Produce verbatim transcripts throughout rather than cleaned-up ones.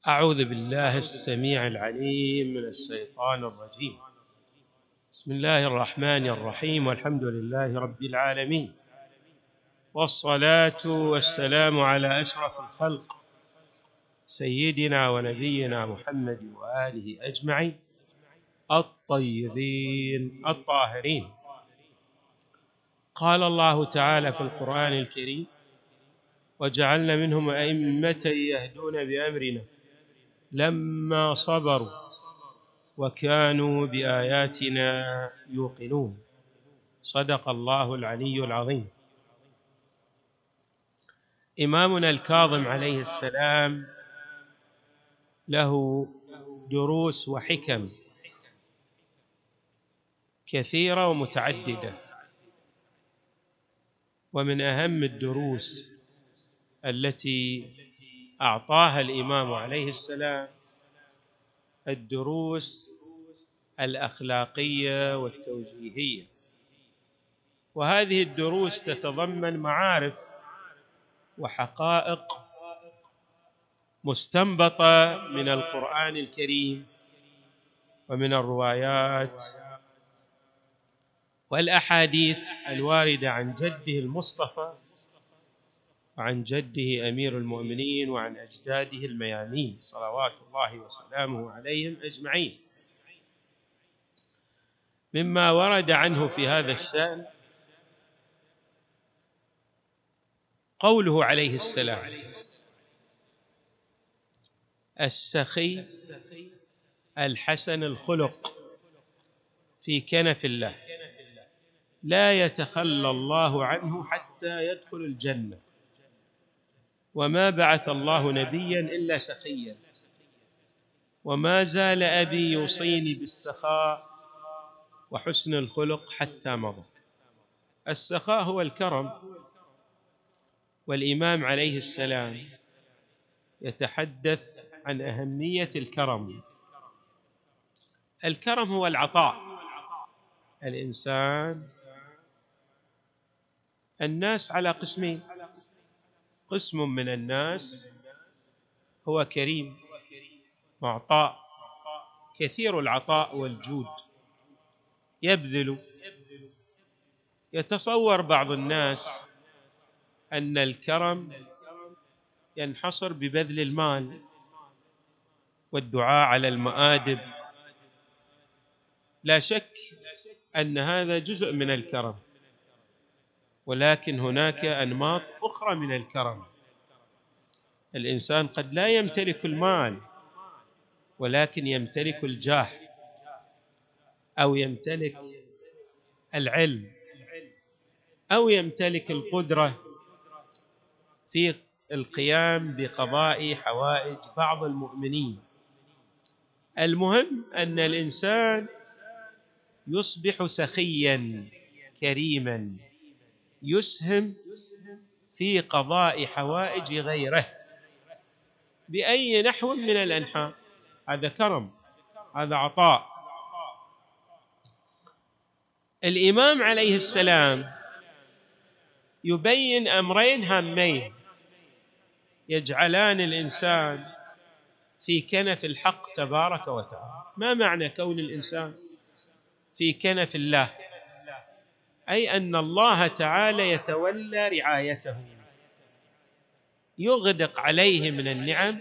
أعوذ بالله السميع العليم من الشيطان الرجيم. بسم الله الرحمن الرحيم، والحمد لله رب العالمين، والصلاة والسلام على أشرف الخلق سيدنا ونبينا محمد وآله أجمعين الطيبين الطاهرين. قال الله تعالى في القرآن الكريم: وجعلنا منهم أئمة يهدون بأمرنا لما صبروا وكانوا بآياتنا يوقنون. صدق الله العلي العظيم. إمامنا الكاظم عليه السلام له دروس وحكم كثيرة ومتعددة، ومن أهم الدروس التي أعطاها الإمام عليه السلام الدروس الأخلاقية والتوجيهية، وهذه الدروس تتضمن معارف وحقائق مستنبطة من القرآن الكريم ومن الروايات والأحاديث الواردة عن جده المصطفى وعن جده أمير المؤمنين وعن أجداده الميامين صلوات الله وسلامه عليهم أجمعين. مما ورد عنه في هذا الشأن قوله عليه السلام: السخي الحسن الخلق في كنف الله لا يتخلى الله عنه حتى يدخل الجنة، وما بعث الله نبيا إلا سخيا، وما زال أبي يوصيني بالسخاء وحسن الخلق حتى مضى. السخاء هو الكرم، والإمام عليه السلام يتحدث عن أهمية الكرم. الكرم هو العطاء. الإنسان الناس على قسمين: قسم من الناس هو كريم معطاء كثير العطاء والجود، يبذل. يتصور بعض الناس أن الكرم ينحصر ببذل المال والدعاء على المآدب. لا شك أن هذا جزء من الكرم، ولكن هناك أنماط أخرى من الكرم. الإنسان قد لا يمتلك المال ولكن يمتلك الجاه، أو يمتلك العلم، أو يمتلك القدرة في القيام بقضاء حوائج بعض المؤمنين. المهم أن الإنسان يصبح سخيا كريما يسهم في قضاء حوائج غيره بأي نحو من الأنحاء. هذا كرم، هذا عطاء. الإمام عليه السلام يبين أمرين هامين يجعلان الإنسان في كنف الحق تبارك وتعالى. ما معنى كون الإنسان في كنف الله؟ أي أن الله تعالى يتولى رعايته، يغدق عليه من النعم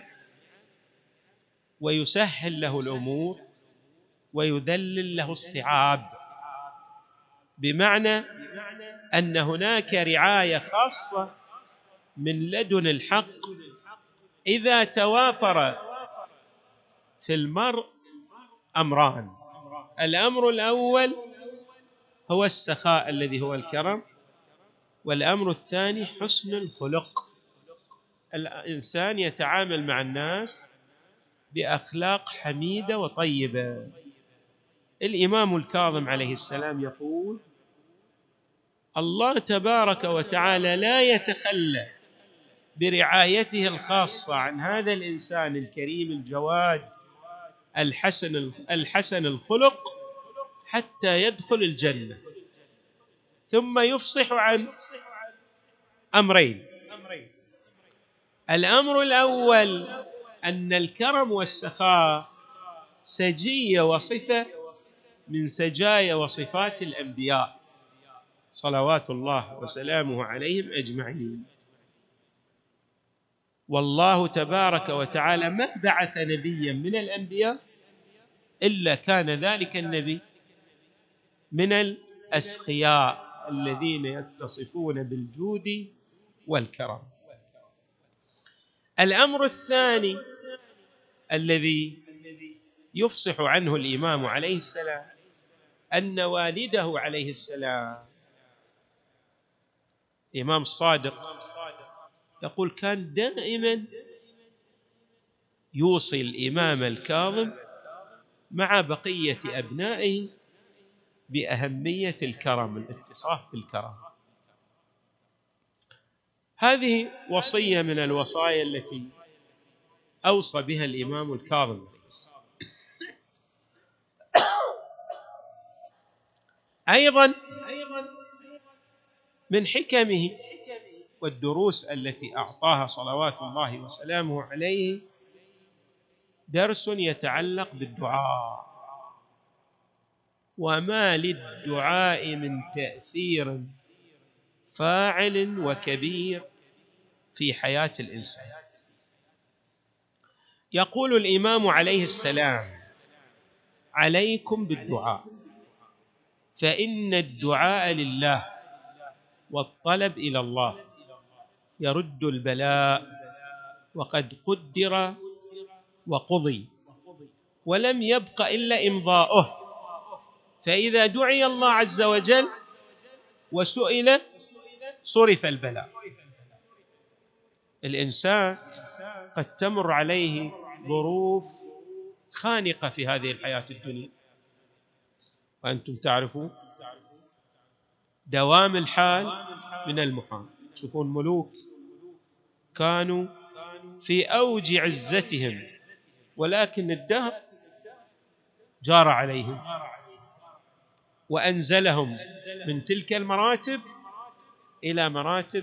ويسهل له الأمور ويذلل له الصعاب، بمعنى أن هناك رعاية خاصة من لدن الحق إذا توافر في المرء أمران: الأمر الأول هو السخاء الذي هو الكرم، والأمر الثاني حسن الخلق. الإنسان يتعامل مع الناس بأخلاق حميدة وطيبة. الإمام الكاظم عليه السلام يقول: الله تبارك وتعالى لا يتخلى برعايته الخاصة عن هذا الإنسان الكريم الجواد الحسن الحسن الخلق حتى يدخل الجنة، ثم يفصح عن أمرين: الأمر الأول أن الكرم والسخاء سجية وصفة من سجايا وصفات الأنبياء صلوات الله وسلامه عليهم أجمعين. والله تبارك وتعالى ما بعث نبيا من الأنبياء إلا كان ذلك النبي من الأسخياء الذين يتصفون بالجود والكرم. الأمر الثاني الذي يفصح عنه الإمام عليه السلام أن والده عليه السلام الإمام الصادق يقول كان دائما يوصي الإمام الكاظم مع بقية أبنائه بأهمية الكرم، الاتصاف بالكرم. هذه وصية من الوصايا التي أوصى بها الإمام الكاظم. أيضا من حكمه والدروس التي أعطاها صلوات الله وسلامه عليه درس يتعلق بالدعاء، وما للدعاء من تأثير فاعل وكبير في حياة الإنسان. يقول الإمام عليه السلام عليكم بالدعاء فإن الدعاء لله والطلب إلى الله يرد البلاء وقد قدر وقضي ولم يبق إلا إمضاؤه، فإذا دعي الله عز وجل وسئل صرف البلاء. الإنسان قد تمر عليه ظروف خانقة في هذه الحياة الدنيا، وأنتم تعرفون دوام الحال من المحال. تشوفون ملوك كانوا في أوج عزتهم ولكن الدهر جار عليهم وأنزلهم من تلك المراتب إلى مراتب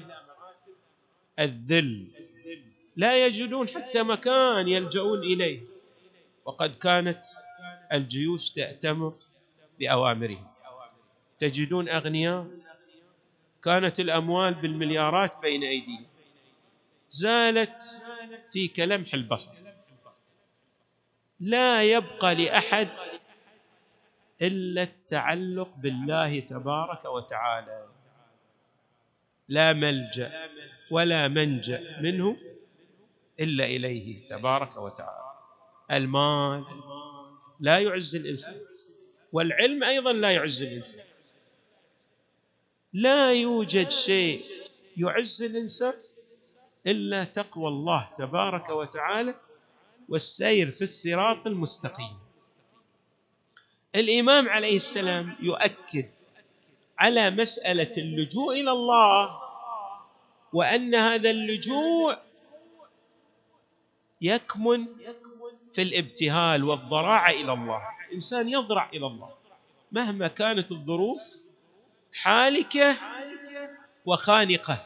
الذل، لا يجدون حتى مكان يلجؤون إليه، وقد كانت الجيوش تأتمر بأوامرهم. تجدون أغنياء كانت الأموال بالمليارات بين أيديهم، زالت في كلمح البصر، لا يبقى لأحد إلا التعلق بالله تبارك وتعالى، لا ملجأ ولا منجأ منه إلا إليه تبارك وتعالى. المال لا يعز الإنسان، والعلم أيضا لا يعز الإنسان. لا يوجد شيء يعز الإنسان إلا تقوى الله تبارك وتعالى والسير في الصراط المستقيم. الإمام عليه السلام يؤكد على مسألة اللجوء إلى الله، وأن هذا اللجوء يكمن في الابتهال والضراعة إلى الله. الإنسان يضرع إلى الله مهما كانت الظروف حالكة وخانقة.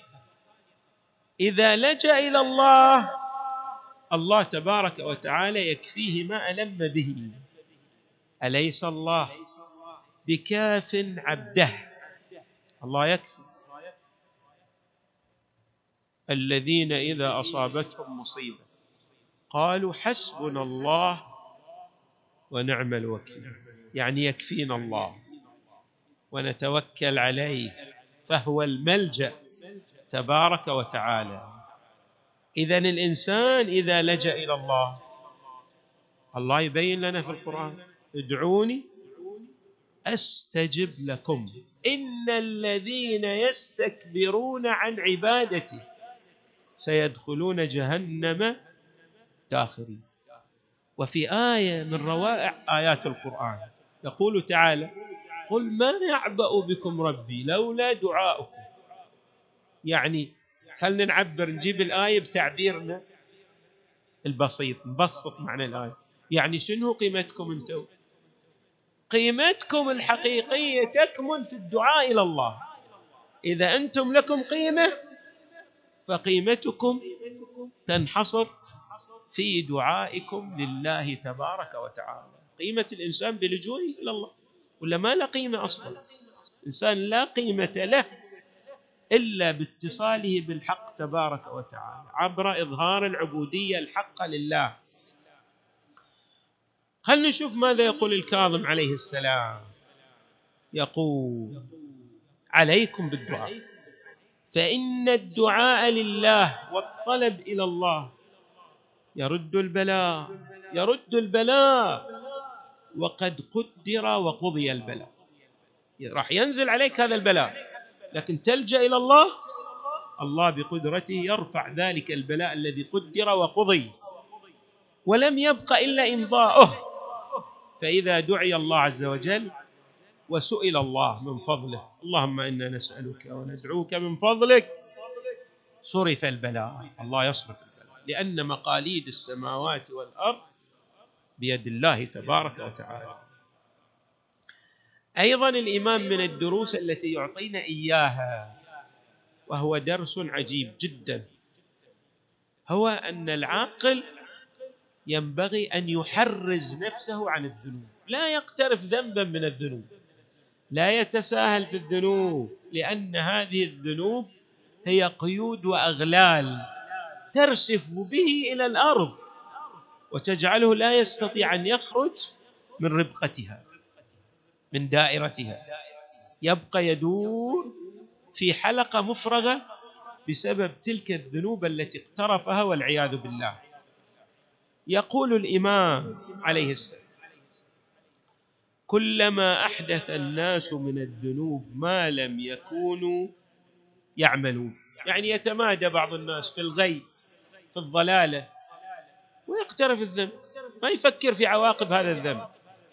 إذا لجأ إلى الله الله تبارك وتعالى يكفيه ما ألم به. أليس الله بكاف عبده؟ الله يكفي. الذين إذا أصابتهم مصيبة قالوا حسبنا الله ونعم الوكيل، يعني يكفينا الله ونتوكل عليه، فهو الملجأ تبارك وتعالى. إذن الإنسان إذا لجأ إلى الله، الله يبين لنا في القرآن ادعوني أستجب لكم إن الذين يستكبرون عن عبادتي سيدخلون جهنم داخرين. وفي آية من روائع آيات القرآن يقول تعالى قل ما يعبأ بكم ربي لولا دعاؤكم. يعني خلنا نعبر، نجيب الآية بتعبيرنا البسيط، نبسط معنى الآية. يعني شنو قيمتكم أنتم؟ قيمتكم الحقيقية تكمن في الدعاء إلى الله. إذا أنتم لكم قيمة فقيمتكم تنحصر في دعائكم لله تبارك وتعالى. قيمة الإنسان بلجوئه إلى الله، ولا ما له قيمة أصلا؟ الإنسان لا قيمة له إلا باتصاله بالحق تبارك وتعالى عبر إظهار العبودية الحقة لله. خلنا نشوف ماذا يقول الكاظم عليه السلام. يقول: عليكم بالدعاء، فإن الدعاء لله والطلب إلى الله يرد البلاء، يرد البلاء وقد قدر وقضي البلاء. راح ينزل عليك هذا البلاء، لكن تلجأ إلى الله، الله بقدرته يرفع ذلك البلاء الذي قدر وقضي، ولم يبق إلا إمضاؤه. فإذا دعي الله عز وجل وسئل الله من فضله: اللهم إنا نسألك وندعوك من فضلك، صرف البلاء. الله يصرف البلاء، لأن مقاليد السماوات والأرض بيد الله تبارك وتعالى. أيضا الإمام من الدروس التي يعطينا إياها، وهو درس عجيب جدا، هو أن العاقل ينبغي أن يحرز نفسه عن الذنوب، لا يقترف ذنبا من الذنوب، لا يتساهل في الذنوب، لأن هذه الذنوب هي قيود وأغلال ترسف به إلى الأرض وتجعله لا يستطيع أن يخرج من ربقتها، من دائرتها، يبقى يدور في حلقة مفرغة بسبب تلك الذنوب التي اقترفها والعياذ بالله. يقول الإمام عليه السلام: كلما أحدث الناس من الذنوب ما لم يكونوا يعملون، يعني يتمادى بعض الناس في الغي، في الضلالة، ويقترف الذنب، ما يفكر في عواقب هذا الذنب،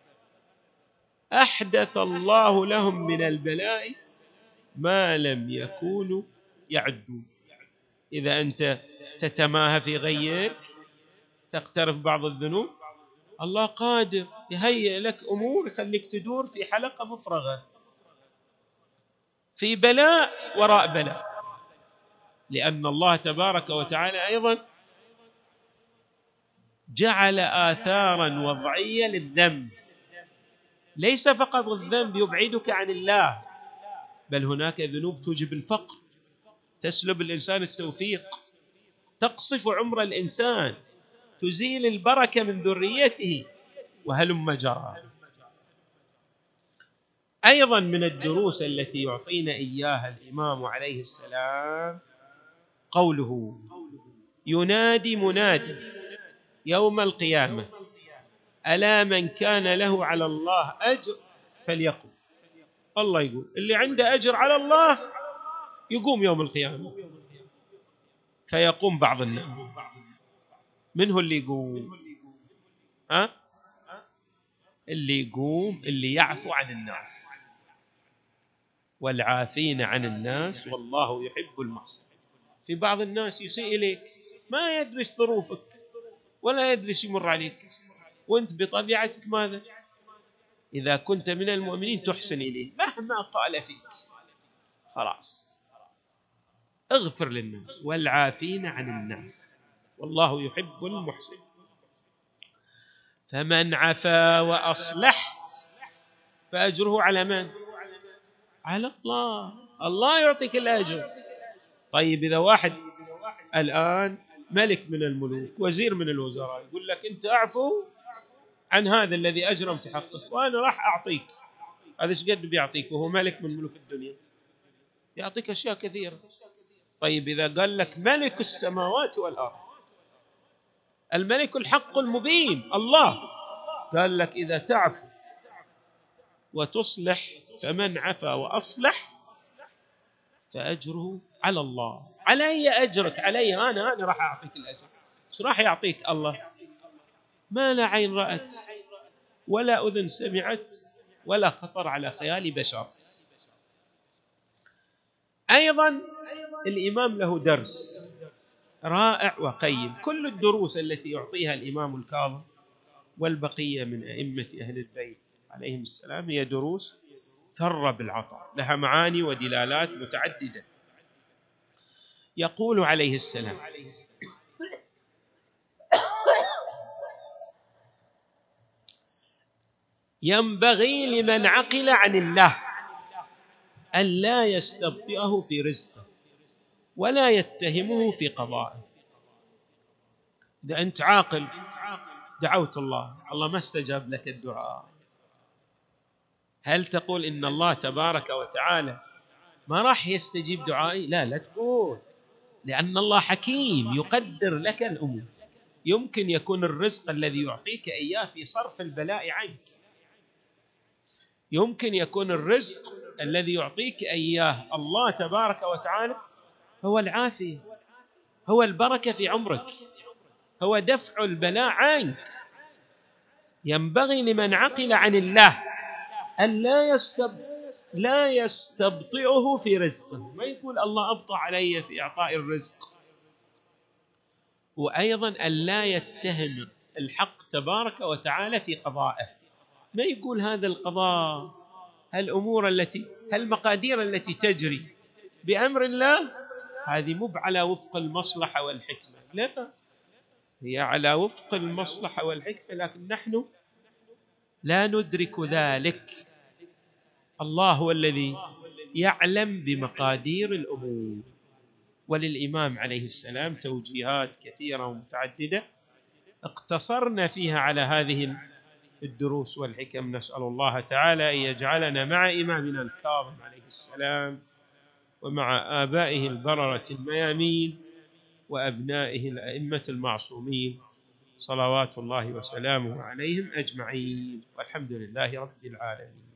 أحدث الله لهم من البلاء ما لم يكونوا يعدون. إذا أنت تتماهى في غيك، تقترف بعض الذنوب، الله قادر يهيئ لك أمور يخليك تدور في حلقة مفرغة، في بلاء وراء بلاء، لأن الله تبارك وتعالى أيضا جعل آثارا وضعية للذنب. ليس فقط الذنب يبعدك عن الله، بل هناك ذنوب توجب الفقر، تسلب الإنسان التوفيق، تقصف عمر الإنسان، تزيل البركة من ذريته، وهلم جرى. أيضا من الدروس التي يعطينا إياها الإمام عليه السلام قوله: ينادي منادي يوم القيامة: ألا من كان له على الله أجر فليقم. الله يقول اللي عنده أجر على الله يقوم يوم القيامة، فيقوم بعض الناس. من هو اللي يقوم؟ ها؟ اللي يقوم اللي يعفو عن الناس، والعافين عن الناس والله يحب المحسنين. في بعض الناس يسيء إليك، ما يدري ظروفك ولا يدري شو يمر عليك، وانت بطبيعتك ماذا؟ إذا كنت من المؤمنين تحسن إليه مهما قال فيك، خلاص اغفر للناس، والعافين عن الناس والله يحب المحسنين. فمن عفا وأصلح فأجره على من؟ على الله، الله يعطيك الأجر. طيب إذا واحد الآن ملك من الملوك، وزير من الوزراء، يقول لك أنت أعفو عن هذا الذي أجرم في حقك وأنا راح أعطيك، هذا ايش قد بيعطيك وهو ملك من ملوك الدنيا؟ يعطيك أشياء كثيرة. طيب إذا قال لك ملك السماوات والأرض، الملك الحق المبين الله، قال لك إذا تعفو وتصلح فمن عفا وأصلح فأجره على الله. علي أجرك، علي أنا أنا راح أعطيك الأجر. ايش راح يعطيك الله؟ ما لا عين رأت ولا أذن سمعت ولا خطر على خيال بشر. أيضا الإمام له درس رائع وقيم. كل الدروس التي يعطيها الإمام الكاظم والبقية من أئمة أهل البيت عليهم السلام هي دروس ثر بالعطاء، لها معاني ودلالات متعددة. يقول عليه السلام: ينبغي لمن عقل عن الله أن لا يستبطئه في رزقه ولا يتهمه في قضائه. إذا أنت عاقل دعوت الله، الله ما استجاب لك الدعاء، هل تقول إن الله تبارك وتعالى ما راح يستجيب دعائي؟ لا، لا تقول، لأن الله حكيم يقدر لك الأمور. يمكن يكون الرزق الذي يعطيك إياه في صرف البلاء عنك، يمكن يكون الرزق الذي يعطيك إياه الله تبارك وتعالى هو العافية، هو البركة في عمرك، هو دفع البلاء عنك. ينبغي لمن عقل عن الله أن لا يستب... لا يستبطئه في رزقه، ما يقول الله أبطأ علي في إعطاء الرزق. وأيضا أن لا يتهم الحق تبارك وتعالى في قضائه، ما يقول هذا القضاء، هالأمور التي هالمقادير التي تجري بأمر الله هذه مو على وفق المصلحة والحكمة، لا، هي على وفق المصلحة والحكمة، لكن نحن لا ندرك ذلك. الله هو الذي يعلم بمقادير الأمور. وللإمام عليه السلام توجيهات كثيرة ومتعددة اقتصرنا فيها على هذه الدروس والحكم. نسأل الله تعالى أن يجعلنا مع إمامنا الكاظم عليه السلام ومع آبائه البررة الميامين وأبنائه الأئمة المعصومين صلوات الله وسلامه عليهم أجمعين، والحمد لله رب العالمين.